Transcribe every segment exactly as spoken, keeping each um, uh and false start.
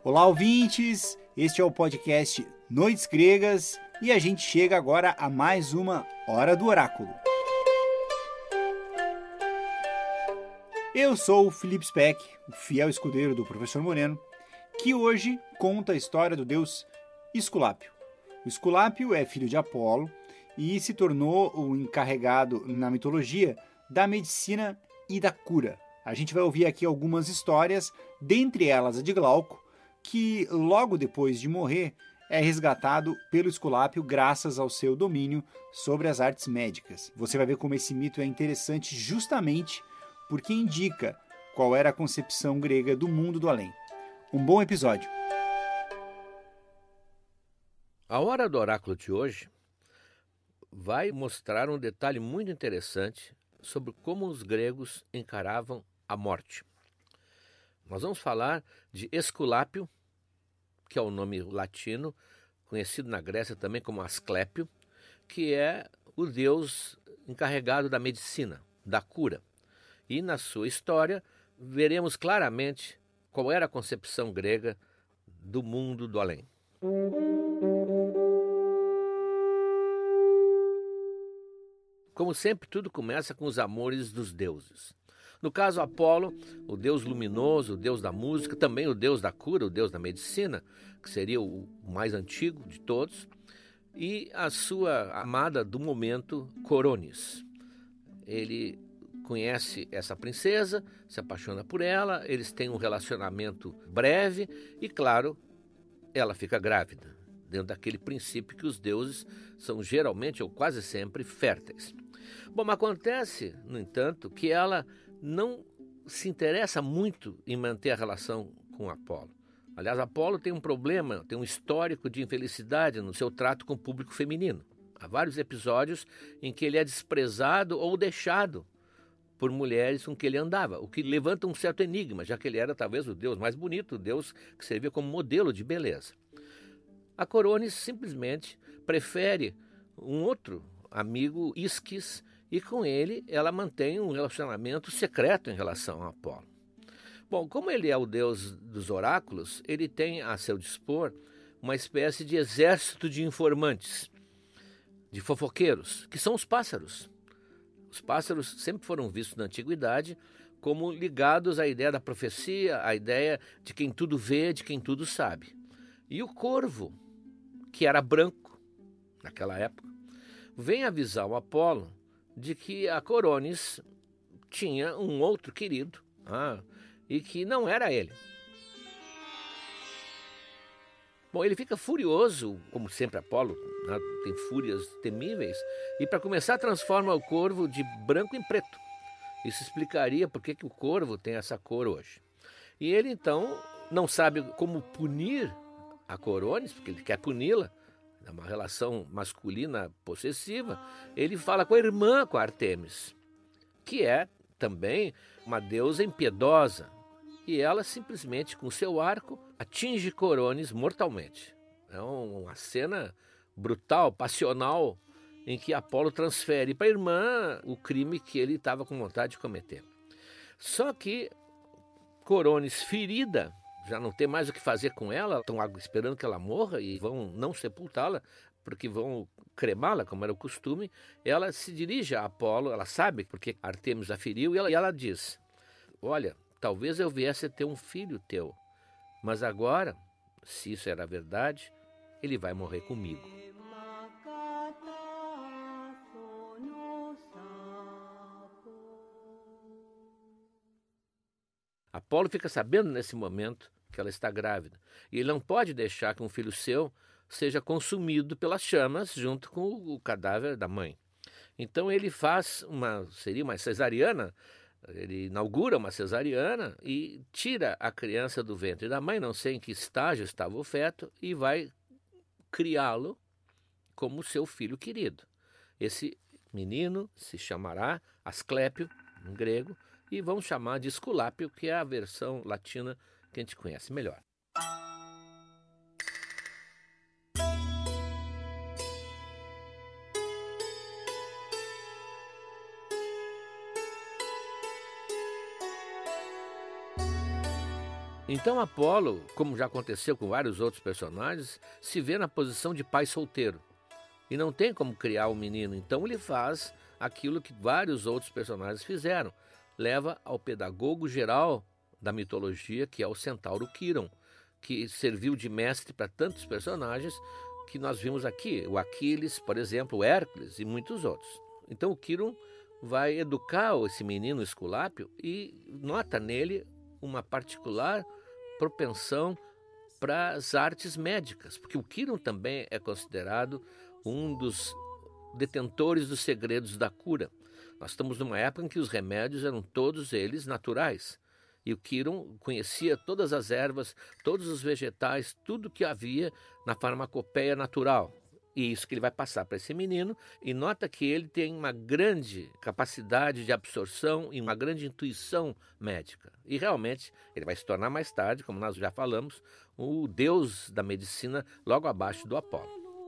Olá, ouvintes! Este é o podcast Noites Gregas e a gente chega agora a mais uma Hora do Oráculo. Eu sou o Felipe Speck, o fiel escudeiro do professor Moreno, que hoje conta a história do deus Esculápio. O Esculápio é filho de Apolo e se tornou o encarregado na mitologia da medicina e da cura. A gente vai ouvir aqui algumas histórias, dentre elas a de Glauco, que logo depois de morrer é resgatado pelo Esculápio graças ao seu domínio sobre as artes médicas. Você vai ver como esse mito é interessante justamente porque indica qual era a concepção grega do mundo do além. Um bom episódio. A Hora do Oráculo de hoje vai mostrar um detalhe muito interessante sobre como os gregos encaravam a morte. Nós vamos falar de Esculápio, que é o nome latino, conhecido na Grécia também como Asclépio, que é o deus encarregado da medicina, da cura. E na sua história veremos claramente qual era a concepção grega do mundo do além. Como sempre, tudo começa com os amores dos deuses. No caso, Apolo, o deus luminoso, o deus da música, também o deus da cura, o deus da medicina, que seria o mais antigo de todos, e a sua amada do momento, Coronis. Ele conhece essa princesa, se apaixona por ela, eles têm um relacionamento breve e, claro, ela fica grávida, dentro daquele princípio que os deuses são geralmente ou quase sempre férteis. Bom, mas acontece, no entanto, que ela não se interessa muito em manter a relação com Apolo. Aliás, Apolo tem um problema, tem um histórico de infelicidade no seu trato com o público feminino. Há vários episódios em que ele é desprezado ou deixado por mulheres com que ele andava, o que levanta um certo enigma, já que ele era talvez o deus mais bonito, o deus que servia como modelo de beleza. A Coronis simplesmente prefere um outro amigo, Isquis, e com ele ela mantém um relacionamento secreto em relação a Apolo. Bom, como ele é o deus dos oráculos, ele tem a seu dispor uma espécie de exército de informantes, de fofoqueiros, que são os pássaros. Os pássaros sempre foram vistos na antiguidade como ligados à ideia da profecia, à ideia de quem tudo vê, de quem tudo sabe. E o corvo, que era branco naquela época, vem avisar o Apolo de que a Coronis tinha um outro querido ah, e que não era ele. Bom, ele fica furioso, como sempre Apolo, né, tem fúrias temíveis, e para começar transforma o corvo de branco em preto. Isso explicaria por que, que o corvo tem essa cor hoje. E ele então não sabe como punir a Coronis, porque ele quer puni-la, é uma relação masculina possessiva. Ele fala com a irmã, com a Artemis, que é também uma deusa impiedosa. E ela simplesmente, com seu arco, atinge Coronis mortalmente. É uma cena brutal, passional, em que Apolo transfere para a irmã o crime que ele estava com vontade de cometer. Só que Coronis, ferida, já não tem mais o que fazer com ela, estão esperando que ela morra e vão não sepultá-la, porque vão cremá-la, como era o costume. Ela se dirige a Apolo, ela sabe porque Artemis a feriu, e ela, e ela diz: olha, talvez eu viesse a ter um filho teu, mas agora, se isso era verdade, ele vai morrer comigo. Apolo fica sabendo nesse momento que ela está grávida, e ele não pode deixar que um filho seu seja consumido pelas chamas junto com o cadáver da mãe. Então ele faz uma, seria uma cesariana, ele inaugura uma cesariana e tira a criança do ventre da mãe, não sei em que estágio estava o feto, e vai criá-lo como seu filho querido. Esse menino se chamará Asclépio, em grego, e vamos chamar de Esculápio, que é a versão latina que a gente conhece melhor. Então Apolo, como já aconteceu com vários outros personagens, se vê na posição de pai solteiro e não tem como criar o menino. Então ele faz aquilo que vários outros personagens fizeram, leva ao pedagogo geral da mitologia, que é o centauro Quirón, que serviu de mestre para tantos personagens que nós vimos aqui, o Aquiles, por exemplo, o Hércules e muitos outros. Então o Quirón vai educar esse menino Esculápio e nota nele uma particular propensão para as artes médicas, porque o Quirón também é considerado um dos detentores dos segredos da cura. Nós estamos numa época em que os remédios eram todos eles naturais, e o Quirón conhecia todas as ervas, todos os vegetais, tudo que havia na farmacopeia natural. E isso que ele vai passar para esse menino, e nota que ele tem uma grande capacidade de absorção e uma grande intuição médica. E realmente ele vai se tornar mais tarde, como nós já falamos, o deus da medicina logo abaixo do Apolo.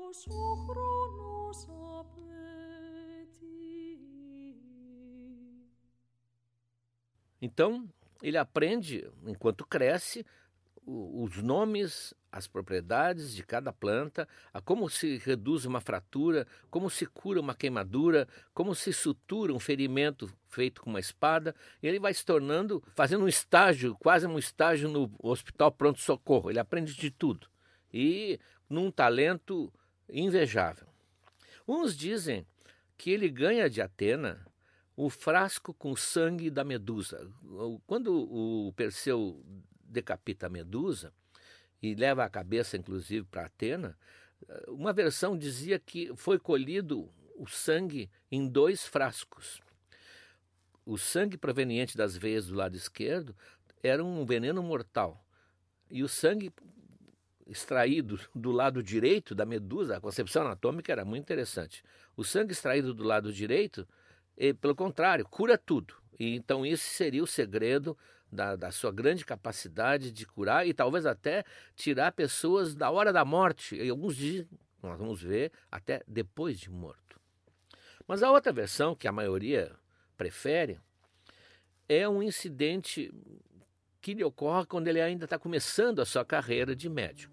Então ele aprende, enquanto cresce, os nomes, as propriedades de cada planta, a como se reduz uma fratura, como se cura uma queimadura, como se sutura um ferimento feito com uma espada. E ele vai se tornando, fazendo um estágio, quase um estágio no hospital pronto-socorro. Ele aprende de tudo e num talento invejável. Uns dizem que ele ganha de Atena o frasco com o sangue da Medusa. Quando o Perseu decapita a Medusa e leva a cabeça, inclusive, para Atena, uma versão dizia que foi colhido o sangue em dois frascos. O sangue proveniente das veias do lado esquerdo era um veneno mortal, e o sangue extraído do lado direito da Medusa, a concepção anatômica era muito interessante. O sangue extraído do lado direito, pelo contrário, cura tudo. E então esse seria o segredo Da, da sua grande capacidade de curar e talvez até tirar pessoas da hora da morte. E alguns dizem, nós vamos ver, até depois de morto. Mas a outra versão, que a maioria prefere, é um incidente que lhe ocorre quando ele ainda está começando a sua carreira de médico.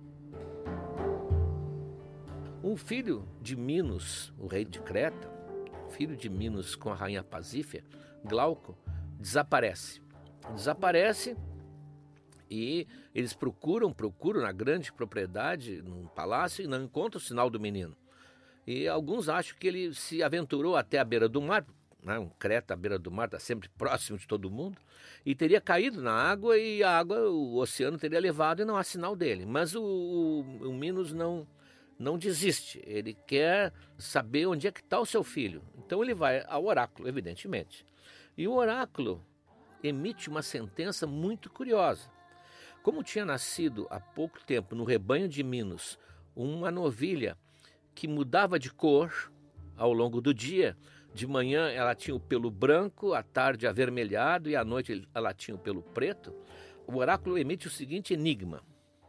Um filho de Minos, o rei de Creta, filho de Minos com a rainha Pasífia, Glauco, desaparece. Desaparece e eles procuram, procuram na grande propriedade, num palácio, e não encontram o sinal do menino. E alguns acham que ele se aventurou até a beira do mar, né? Um Creta à beira do mar está sempre próximo de todo mundo, e teria caído na água e a água, o oceano teria levado e não há sinal dele. Mas o, o, o Minos não, não desiste, ele quer saber onde é que está o seu filho. Então ele vai ao oráculo, evidentemente. E o oráculo emite uma sentença muito curiosa. Como tinha nascido há pouco tempo no rebanho de Minos uma novilha que mudava de cor ao longo do dia, de manhã ela tinha o pelo branco, à tarde avermelhado e à noite ela tinha o pelo preto, o oráculo emite o seguinte enigma: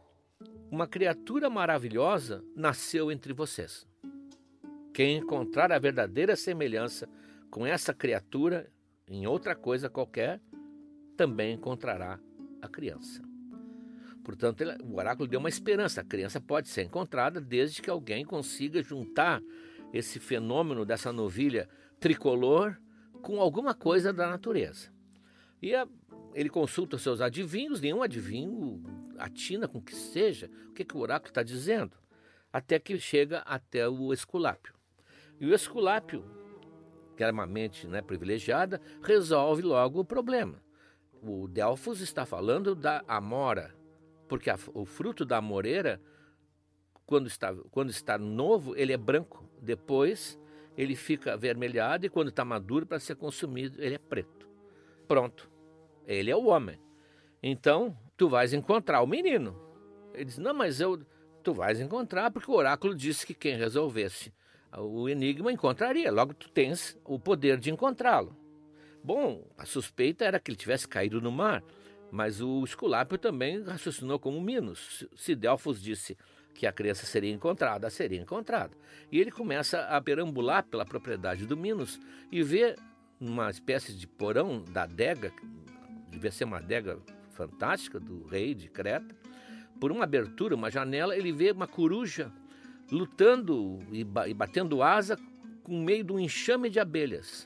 uma criatura maravilhosa nasceu entre vocês. Quem encontrar a verdadeira semelhança com essa criatura em outra coisa qualquer, também encontrará a criança. Portanto, o oráculo deu uma esperança. A criança pode ser encontrada desde que alguém consiga juntar esse fenômeno dessa novilha tricolor com alguma coisa da natureza. E a, ele consulta os seus adivinhos, nenhum adivinho atina com que seja o que, que o oráculo está dizendo, até que chega até o Esculápio. E o Esculápio, que era uma mente, né, privilegiada, resolve logo o problema. O Delfos está falando da amora, porque a, o fruto da amoreira, quando está, quando está novo, ele é branco. Depois, ele fica avermelhado e quando está maduro para ser consumido, ele é preto. Pronto. Ele é o homem. Então, tu vais encontrar o menino. Ele diz, não, mas eu... Tu vais encontrar porque o oráculo disse que quem resolvesse o enigma encontraria. Logo, tu tens o poder de encontrá-lo. Bom, a suspeita era que ele tivesse caído no mar, mas o Esculápio também raciocinou como Minos. Se Delfos disse que a criança seria encontrada, seria encontrada. E ele começa a perambular pela propriedade do Minos e vê numa espécie de porão da adega, devia ser uma adega fantástica do rei de Creta. Por uma abertura, uma janela, ele vê uma coruja lutando e batendo asa com meio de um enxame de abelhas.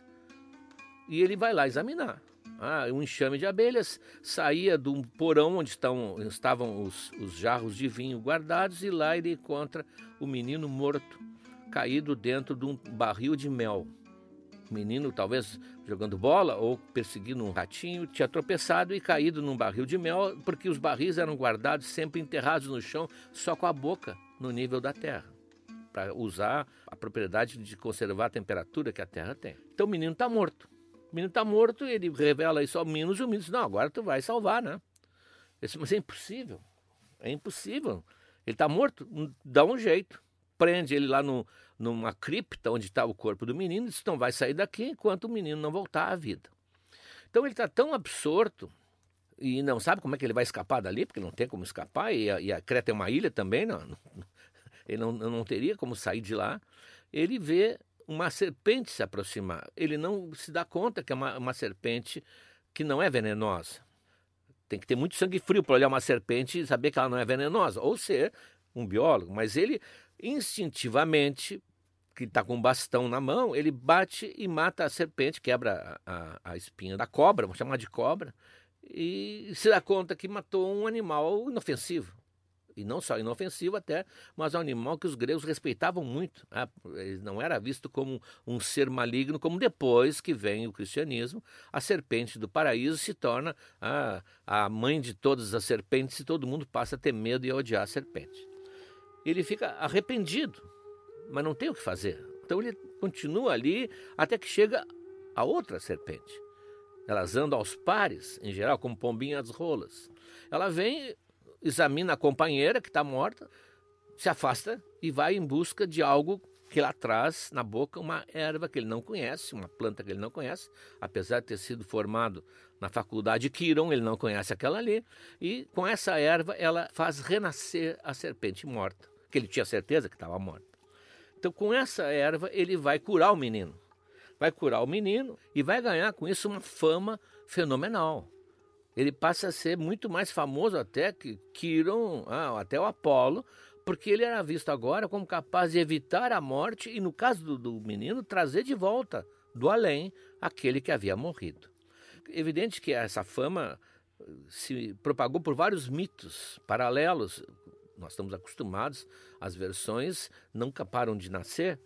E ele vai lá examinar. Ah, um enxame de abelhas saía de um porão onde estão, estavam os, os jarros de vinho guardados, e lá ele encontra o menino morto, caído dentro de um barril de mel. O menino, talvez jogando bola ou perseguindo um ratinho, tinha tropeçado e caído num barril de mel, porque os barris eram guardados sempre enterrados no chão, só com a boca no nível da terra, para usar a propriedade de conservar a temperatura que a terra tem. Então o menino está morto. O menino está morto, ele revela isso ao Minos, e o Minos diz, não, agora tu vai salvar, né? Disse, mas é impossível, é impossível. Ele está morto, dá um jeito. Prende ele lá no, numa cripta onde está o corpo do menino e diz, não vai sair daqui enquanto o menino não voltar à vida. Então ele está tão absorto e não sabe como é que ele vai escapar dali, porque não tem como escapar, e a, e a Creta é uma ilha também, não, não, ele não, não teria como sair de lá. Ele vê uma serpente se aproximar. Ele não se dá conta que é uma, uma serpente que não é venenosa. Tem que ter muito sangue frio para olhar uma serpente e saber que ela não é venenosa, ou ser um biólogo. Mas ele, instintivamente, que está com um bastão na mão, ele bate e mata a serpente, quebra a, a, a espinha da cobra, vamos chamar de cobra, e se dá conta que matou um animal inofensivo. E não só inofensivo até, mas um animal que os gregos respeitavam muito. Né? Ele não era visto como um ser maligno, como depois que vem o cristianismo, a serpente do paraíso se torna a, a mãe de todas as serpentes, e todo mundo passa a ter medo e a odiar a serpente. Ele fica arrependido, mas não tem o que fazer. Então ele continua ali até que chega a outra serpente. Elas andam aos pares, em geral, como pombinhas rolas. Ela vem, examina a companheira que está morta, se afasta e vai em busca de algo que lá traz na boca, uma erva que ele não conhece, uma planta que ele não conhece, apesar de ter sido formado na faculdade Quiron, ele não conhece aquela ali, e com essa erva ela faz renascer a serpente morta, que ele tinha certeza que estava morta. Então com essa erva ele vai curar o menino, vai curar o menino e vai ganhar com isso uma fama fenomenal. Ele passa a ser muito mais famoso até que Quiron, ah, até o Apolo, porque ele era visto agora como capaz de evitar a morte e, no caso do, do menino, trazer de volta do além aquele que havia morrido. Evidente que essa fama se propagou por vários mitos paralelos. Nós estamos acostumados, as versões nunca param de nascer,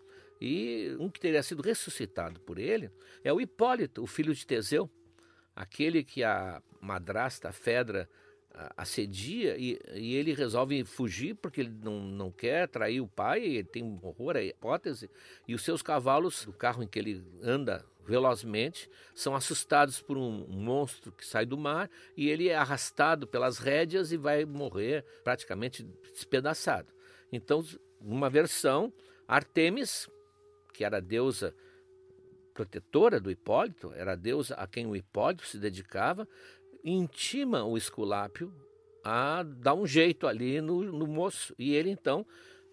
e um que teria sido ressuscitado por ele é o Hipólito, o filho de Teseu, aquele que a madrasta, a Fedra, assedia, e, e ele resolve fugir porque ele não, não quer trair o pai, ele tem um horror à hipótese, e os seus cavalos, o carro em que ele anda velozmente, são assustados por um monstro que sai do mar, e ele é arrastado pelas rédeas e vai morrer praticamente despedaçado. Então, numa versão, Artemis, que era a deusa protetora do Hipólito, era a deusa a quem o Hipólito se dedicava, intima o Esculápio a dar um jeito ali no, no moço. E ele, então,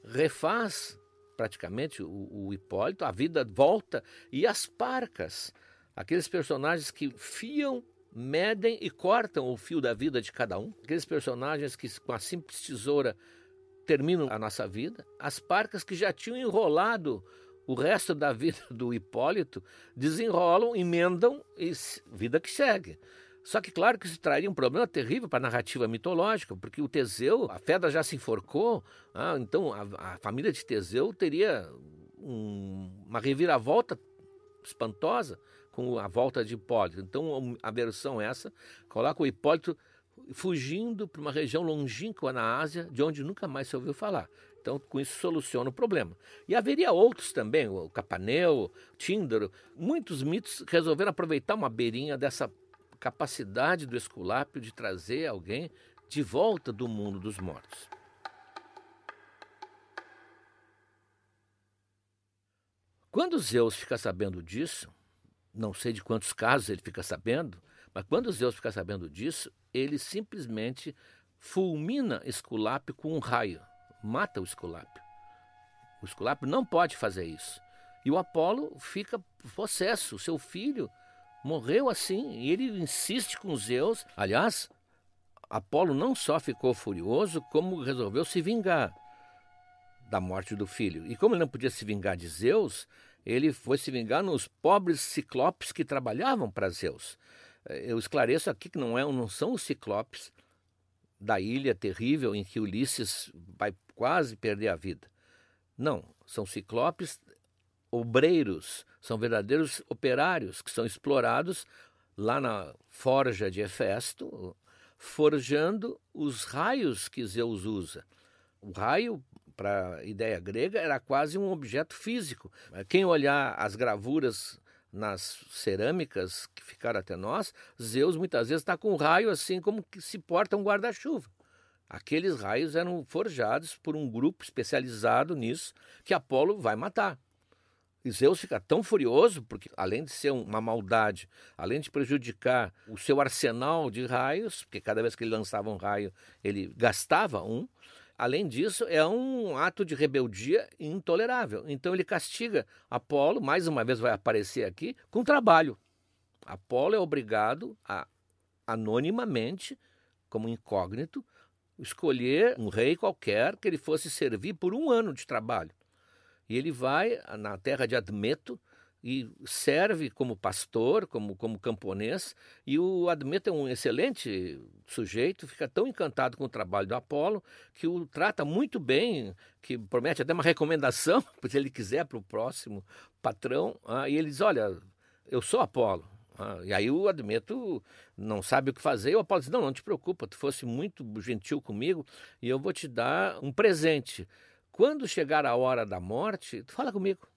refaz praticamente o, o Hipólito, a vida volta, e as parcas, aqueles personagens que fiam, medem e cortam o fio da vida de cada um, aqueles personagens que com a simples tesoura terminam a nossa vida, as parcas que já tinham enrolado o resto da vida do Hipólito, desenrolam, emendam e vida que segue. Só que, claro, que isso traria um problema terrível para a narrativa mitológica, porque o Teseu, a Fedra já se enforcou, ah, então a, a família de Teseu teria um, uma reviravolta espantosa com a volta de Hipólito. Então, a versão essa coloca o Hipólito fugindo para uma região longínqua na Ásia, de onde nunca mais se ouviu falar. Então, com isso, soluciona o problema. E haveria outros também, o Capaneu, o Tíndaro, muitos mitos resolveram aproveitar uma beirinha dessa capacidade do Esculápio de trazer alguém de volta do mundo dos mortos. Quando Zeus fica sabendo disso, não sei de quantos casos ele fica sabendo, mas quando Zeus fica sabendo disso, ele simplesmente fulmina Esculápio com um raio, mata o Esculápio. O Esculápio não pode fazer isso. E o Apolo fica possesso, seu filho morreu assim, e ele insiste com Zeus. Aliás, Apolo não só ficou furioso, como resolveu se vingar da morte do filho. E como ele não podia se vingar de Zeus, ele foi se vingar nos pobres ciclopes que trabalhavam para Zeus. Eu esclareço aqui que não, é, não são os ciclopes da ilha terrível em que Ulisses vai quase perder a vida. Não, são ciclopes obreiros, são verdadeiros operários que são explorados lá na forja de Hefesto, forjando os raios que Zeus usa. O raio, para a ideia grega, era quase um objeto físico. Quem olhar as gravuras nas cerâmicas que ficaram até nós, Zeus muitas vezes está com um raio assim como que se porta um guarda-chuva. Aqueles raios eram forjados por um grupo especializado nisso que Apolo vai matar. E Zeus fica tão furioso, porque além de ser uma maldade, além de prejudicar o seu arsenal de raios, porque cada vez que ele lançava um raio, ele gastava um, além disso, é um ato de rebeldia intolerável. Então ele castiga Apolo, mais uma vez vai aparecer aqui, com trabalho. Apolo é obrigado a, anonimamente, como incógnito, escolher um rei qualquer que ele fosse servir por um ano de trabalho. E ele vai na terra de Admeto e serve como pastor, como, como camponês, e o Admeto é um excelente sujeito, fica tão encantado com o trabalho do Apolo, que o trata muito bem, que promete até uma recomendação, se ele quiser, para o próximo patrão, ah, e ele diz, olha, eu sou Apolo. Ah, e aí o Admeto não sabe o que fazer, e o Apolo diz, não, não te preocupa, tu fosse muito gentil comigo, e eu vou te dar um presente. Quando chegar a hora da morte, tu fala comigo.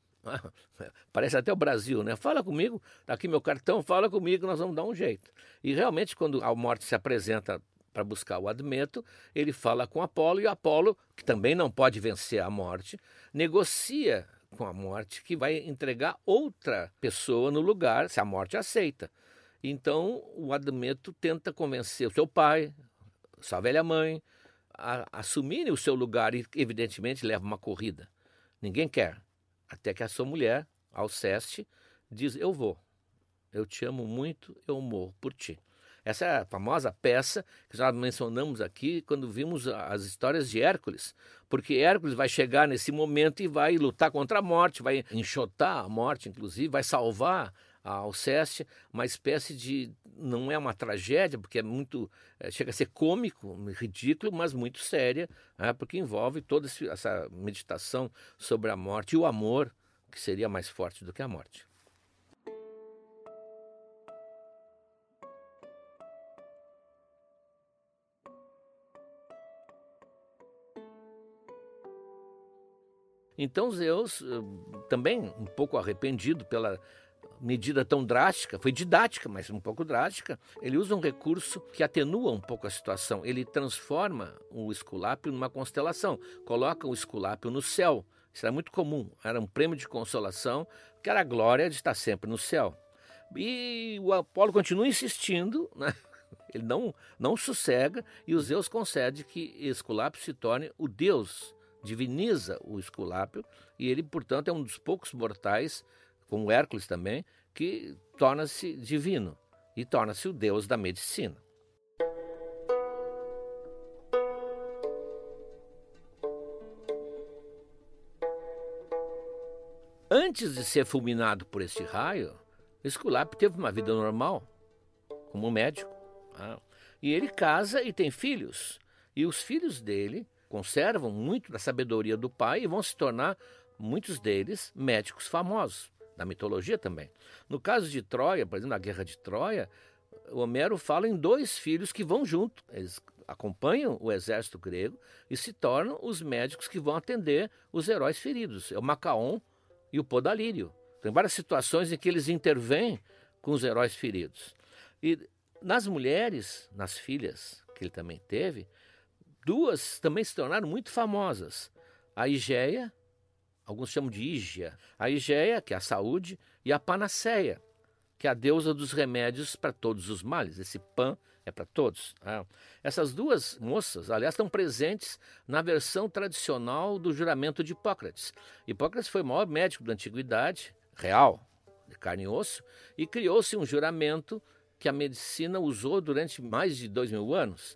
Parece até o Brasil, né? Fala comigo, tá aqui meu cartão, fala comigo, nós vamos dar um jeito. E realmente, quando a morte se apresenta para buscar o Admeto, ele fala com Apolo, e Apolo, que também não pode vencer a morte, negocia com a morte que vai entregar outra pessoa no lugar, se a morte aceita. Então, o Admeto tenta convencer o seu pai, sua velha mãe, a assumirem o seu lugar e, evidentemente, leva uma corrida. Ninguém quer. Até que a sua mulher, Alceste, diz, eu vou. Eu te amo muito, eu morro por ti. Essa é a famosa peça que nós mencionamos aqui quando vimos as histórias de Hércules. Porque Hércules vai chegar nesse momento e vai lutar contra a morte, vai enxotar a morte, inclusive, vai salvar a Alceste, uma espécie de, não é uma tragédia, porque é muito, é, chega a ser cômico, ridículo, mas muito séria, né, porque envolve toda essa meditação sobre a morte e o amor, que seria mais forte do que a morte. Então Zeus, também um pouco arrependido pela medida tão drástica, foi didática, mas um pouco drástica, ele usa um recurso que atenua um pouco a situação. Ele transforma o Esculápio numa constelação, coloca o Esculápio no céu. Isso era muito comum, era um prêmio de consolação, que era a glória de estar sempre no céu. E o Apolo continua insistindo, né? Ele não, não sossega, e o Zeus concede que Esculápio se torne o deus, diviniza o Esculápio, e ele, portanto, é um dos poucos mortais, como Hércules também, que torna-se divino e torna-se o deus da medicina. Antes de ser fulminado por este raio, Esculápio teve uma vida normal, como médico. Tá? E ele casa e tem filhos. E os filhos dele conservam muito da sabedoria do pai e vão se tornar, muitos deles, médicos famosos. Da mitologia também. No caso de Troia, por exemplo, na Guerra de Troia, o Homero fala em dois filhos que vão junto. Eles acompanham o exército grego e se tornam os médicos que vão atender os heróis feridos. É o Macaon e o Podalírio. Tem várias situações em que eles intervêm com os heróis feridos. E nas mulheres, nas filhas que ele também teve, duas também se tornaram muito famosas. A Igeia, alguns chamam de Ígia, a Igeia, que é a saúde, e a Panaceia, que é a deusa dos remédios para todos os males. Esse Pan é para todos. Né? Essas duas moças, aliás, estão presentes na versão tradicional do juramento de Hipócrates. Hipócrates foi o maior médico da antiguidade, real, de carne e osso, e criou-se um juramento que a medicina usou durante mais de dois mil anos.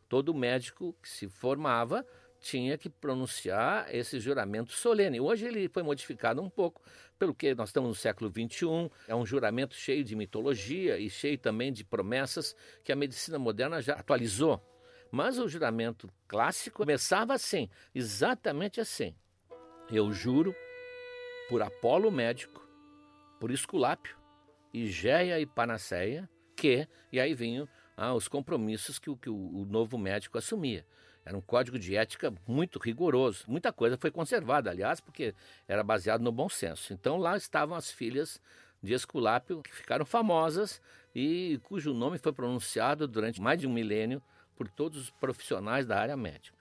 Todo médico que se formava tinha que pronunciar esse juramento solene. Hoje ele foi modificado um pouco, pelo que nós estamos no século vinte e um, é um juramento cheio de mitologia e cheio também de promessas que a medicina moderna já atualizou. Mas o juramento clássico começava assim, exatamente assim. Eu juro por Apolo médico, por Esculápio, Higeia e Panaceia, que, e aí vinham ah, os compromissos que, o, que o, o novo médico assumia. Era um código de ética muito rigoroso. Muita coisa foi conservada, aliás, porque era baseado no bom senso. Então lá estavam as filhas de Esculápio, que ficaram famosas e cujo nome foi pronunciado durante mais de um milênio por todos os profissionais da área médica.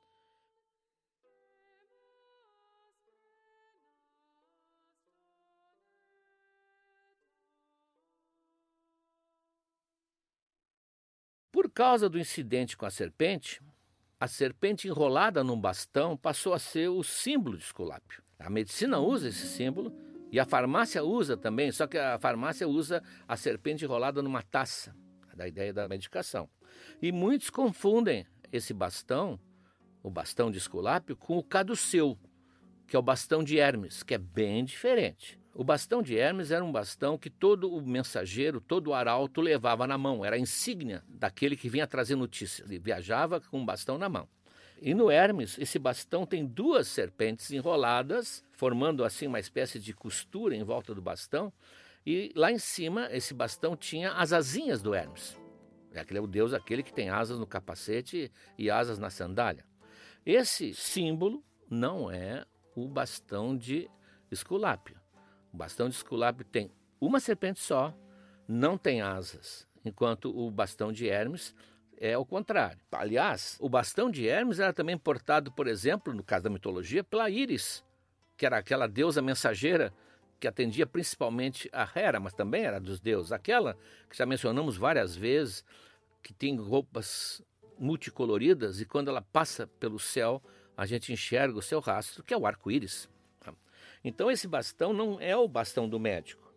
Por causa do incidente com a serpente, a serpente enrolada num bastão passou a ser o símbolo de Esculápio. A medicina usa esse símbolo e a farmácia usa também, só que a farmácia usa a serpente enrolada numa taça, da ideia da medicação. E muitos confundem esse bastão, o bastão de Esculápio, com o caduceu, que é o bastão de Hermes, que é bem diferente. O bastão de Hermes era um bastão que todo o mensageiro, todo o arauto levava na mão. Era a insígnia daquele que vinha trazer notícias. Ele viajava com um bastão na mão. E no Hermes, esse bastão tem duas serpentes enroladas, formando assim uma espécie de costura em volta do bastão. E lá em cima, esse bastão tinha as asinhas do Hermes. Aquele é o deus, aquele que tem asas no capacete e asas na sandália. Esse símbolo não é o bastão de Esculápio. O bastão de Esculápio tem uma serpente só, não tem asas, enquanto o bastão de Hermes é o contrário. Aliás, o bastão de Hermes era também portado, por exemplo, no caso da mitologia, pela Íris, que era aquela deusa mensageira que atendia principalmente a Hera, mas também era dos deuses. Aquela que já mencionamos várias vezes, que tem roupas multicoloridas e quando ela passa pelo céu, a gente enxerga o seu rastro, que é o arco-íris. Então esse bastão não é o bastão do médico.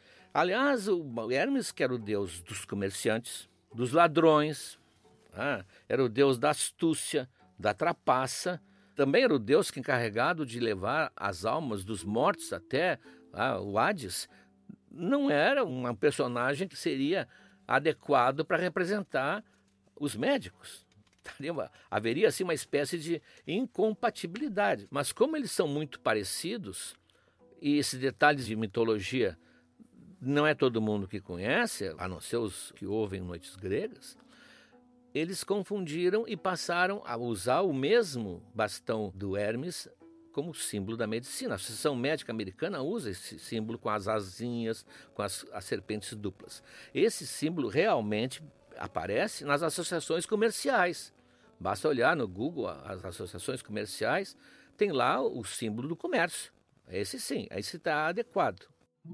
Aliás, o Hermes, que era o deus dos comerciantes, dos ladrões, ah, era o deus da astúcia, da trapaça, também era o deus que encarregado de levar as almas dos mortos até ah, o Hades, não era um personagem que seria adequado para representar os médicos. Haveria assim uma espécie de incompatibilidade. Mas como eles são muito parecidos, e esses detalhes de mitologia não é todo mundo que conhece, a não ser os que ouvem noites gregas, eles confundiram e passaram a usar o mesmo bastão do Hermes como símbolo da medicina. A Associação Médica Americana usa esse símbolo com as asinhas, com as, as serpentes duplas. Esse símbolo realmente aparece nas associações comerciais. Basta olhar no Google as associações comerciais, tem lá o símbolo do comércio. Esse sim, esse está adequado.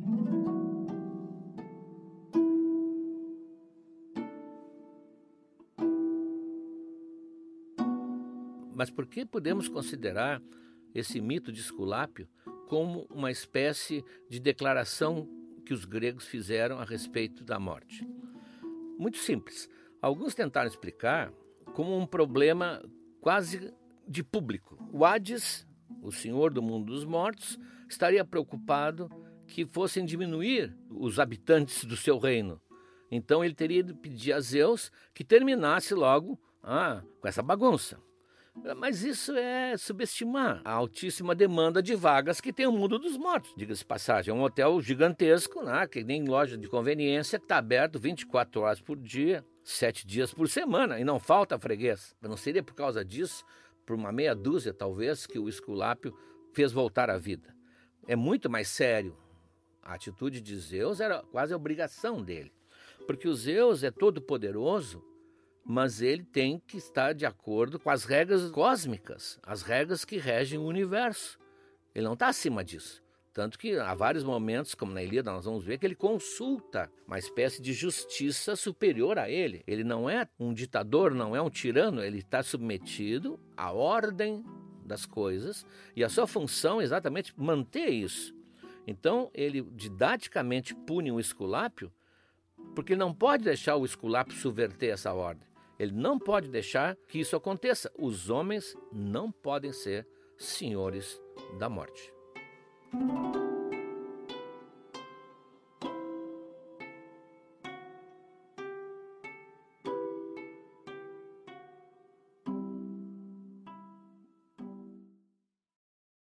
Mas por que podemos considerar esse mito de Esculápio como uma espécie de declaração que os gregos fizeram a respeito da morte? Muito simples. Alguns tentaram explicar como um problema quase de público. O Hades, o senhor do mundo dos mortos, estaria preocupado que fossem diminuir os habitantes do seu reino. Então ele teria de pedir a Zeus que terminasse logo ah, com essa bagunça. Mas isso é subestimar a altíssima demanda de vagas que tem o mundo dos mortos. Diga-se passagem, é um hotel gigantesco, né, que nem loja de conveniência, que está aberto vinte e quatro horas por dia, sete dias por semana, e não falta freguês. Não seria por causa disso, por uma meia dúzia talvez, que o Esculápio fez voltar à vida. É muito mais sério. A atitude de Zeus era quase a obrigação dele, porque o Zeus é todo poderoso, mas ele tem que estar de acordo com as regras cósmicas, as regras que regem o universo. Ele não está acima disso. Tanto que há vários momentos, como na Ilíada, nós vamos ver que ele consulta uma espécie de justiça superior a ele. Ele não é um ditador, não é um tirano, ele está submetido à ordem das coisas e a sua função é exatamente manter isso. Então, ele didaticamente pune o Esculápio, porque ele não pode deixar o Esculápio subverter essa ordem. Ele não pode deixar que isso aconteça. Os homens não podem ser senhores da morte.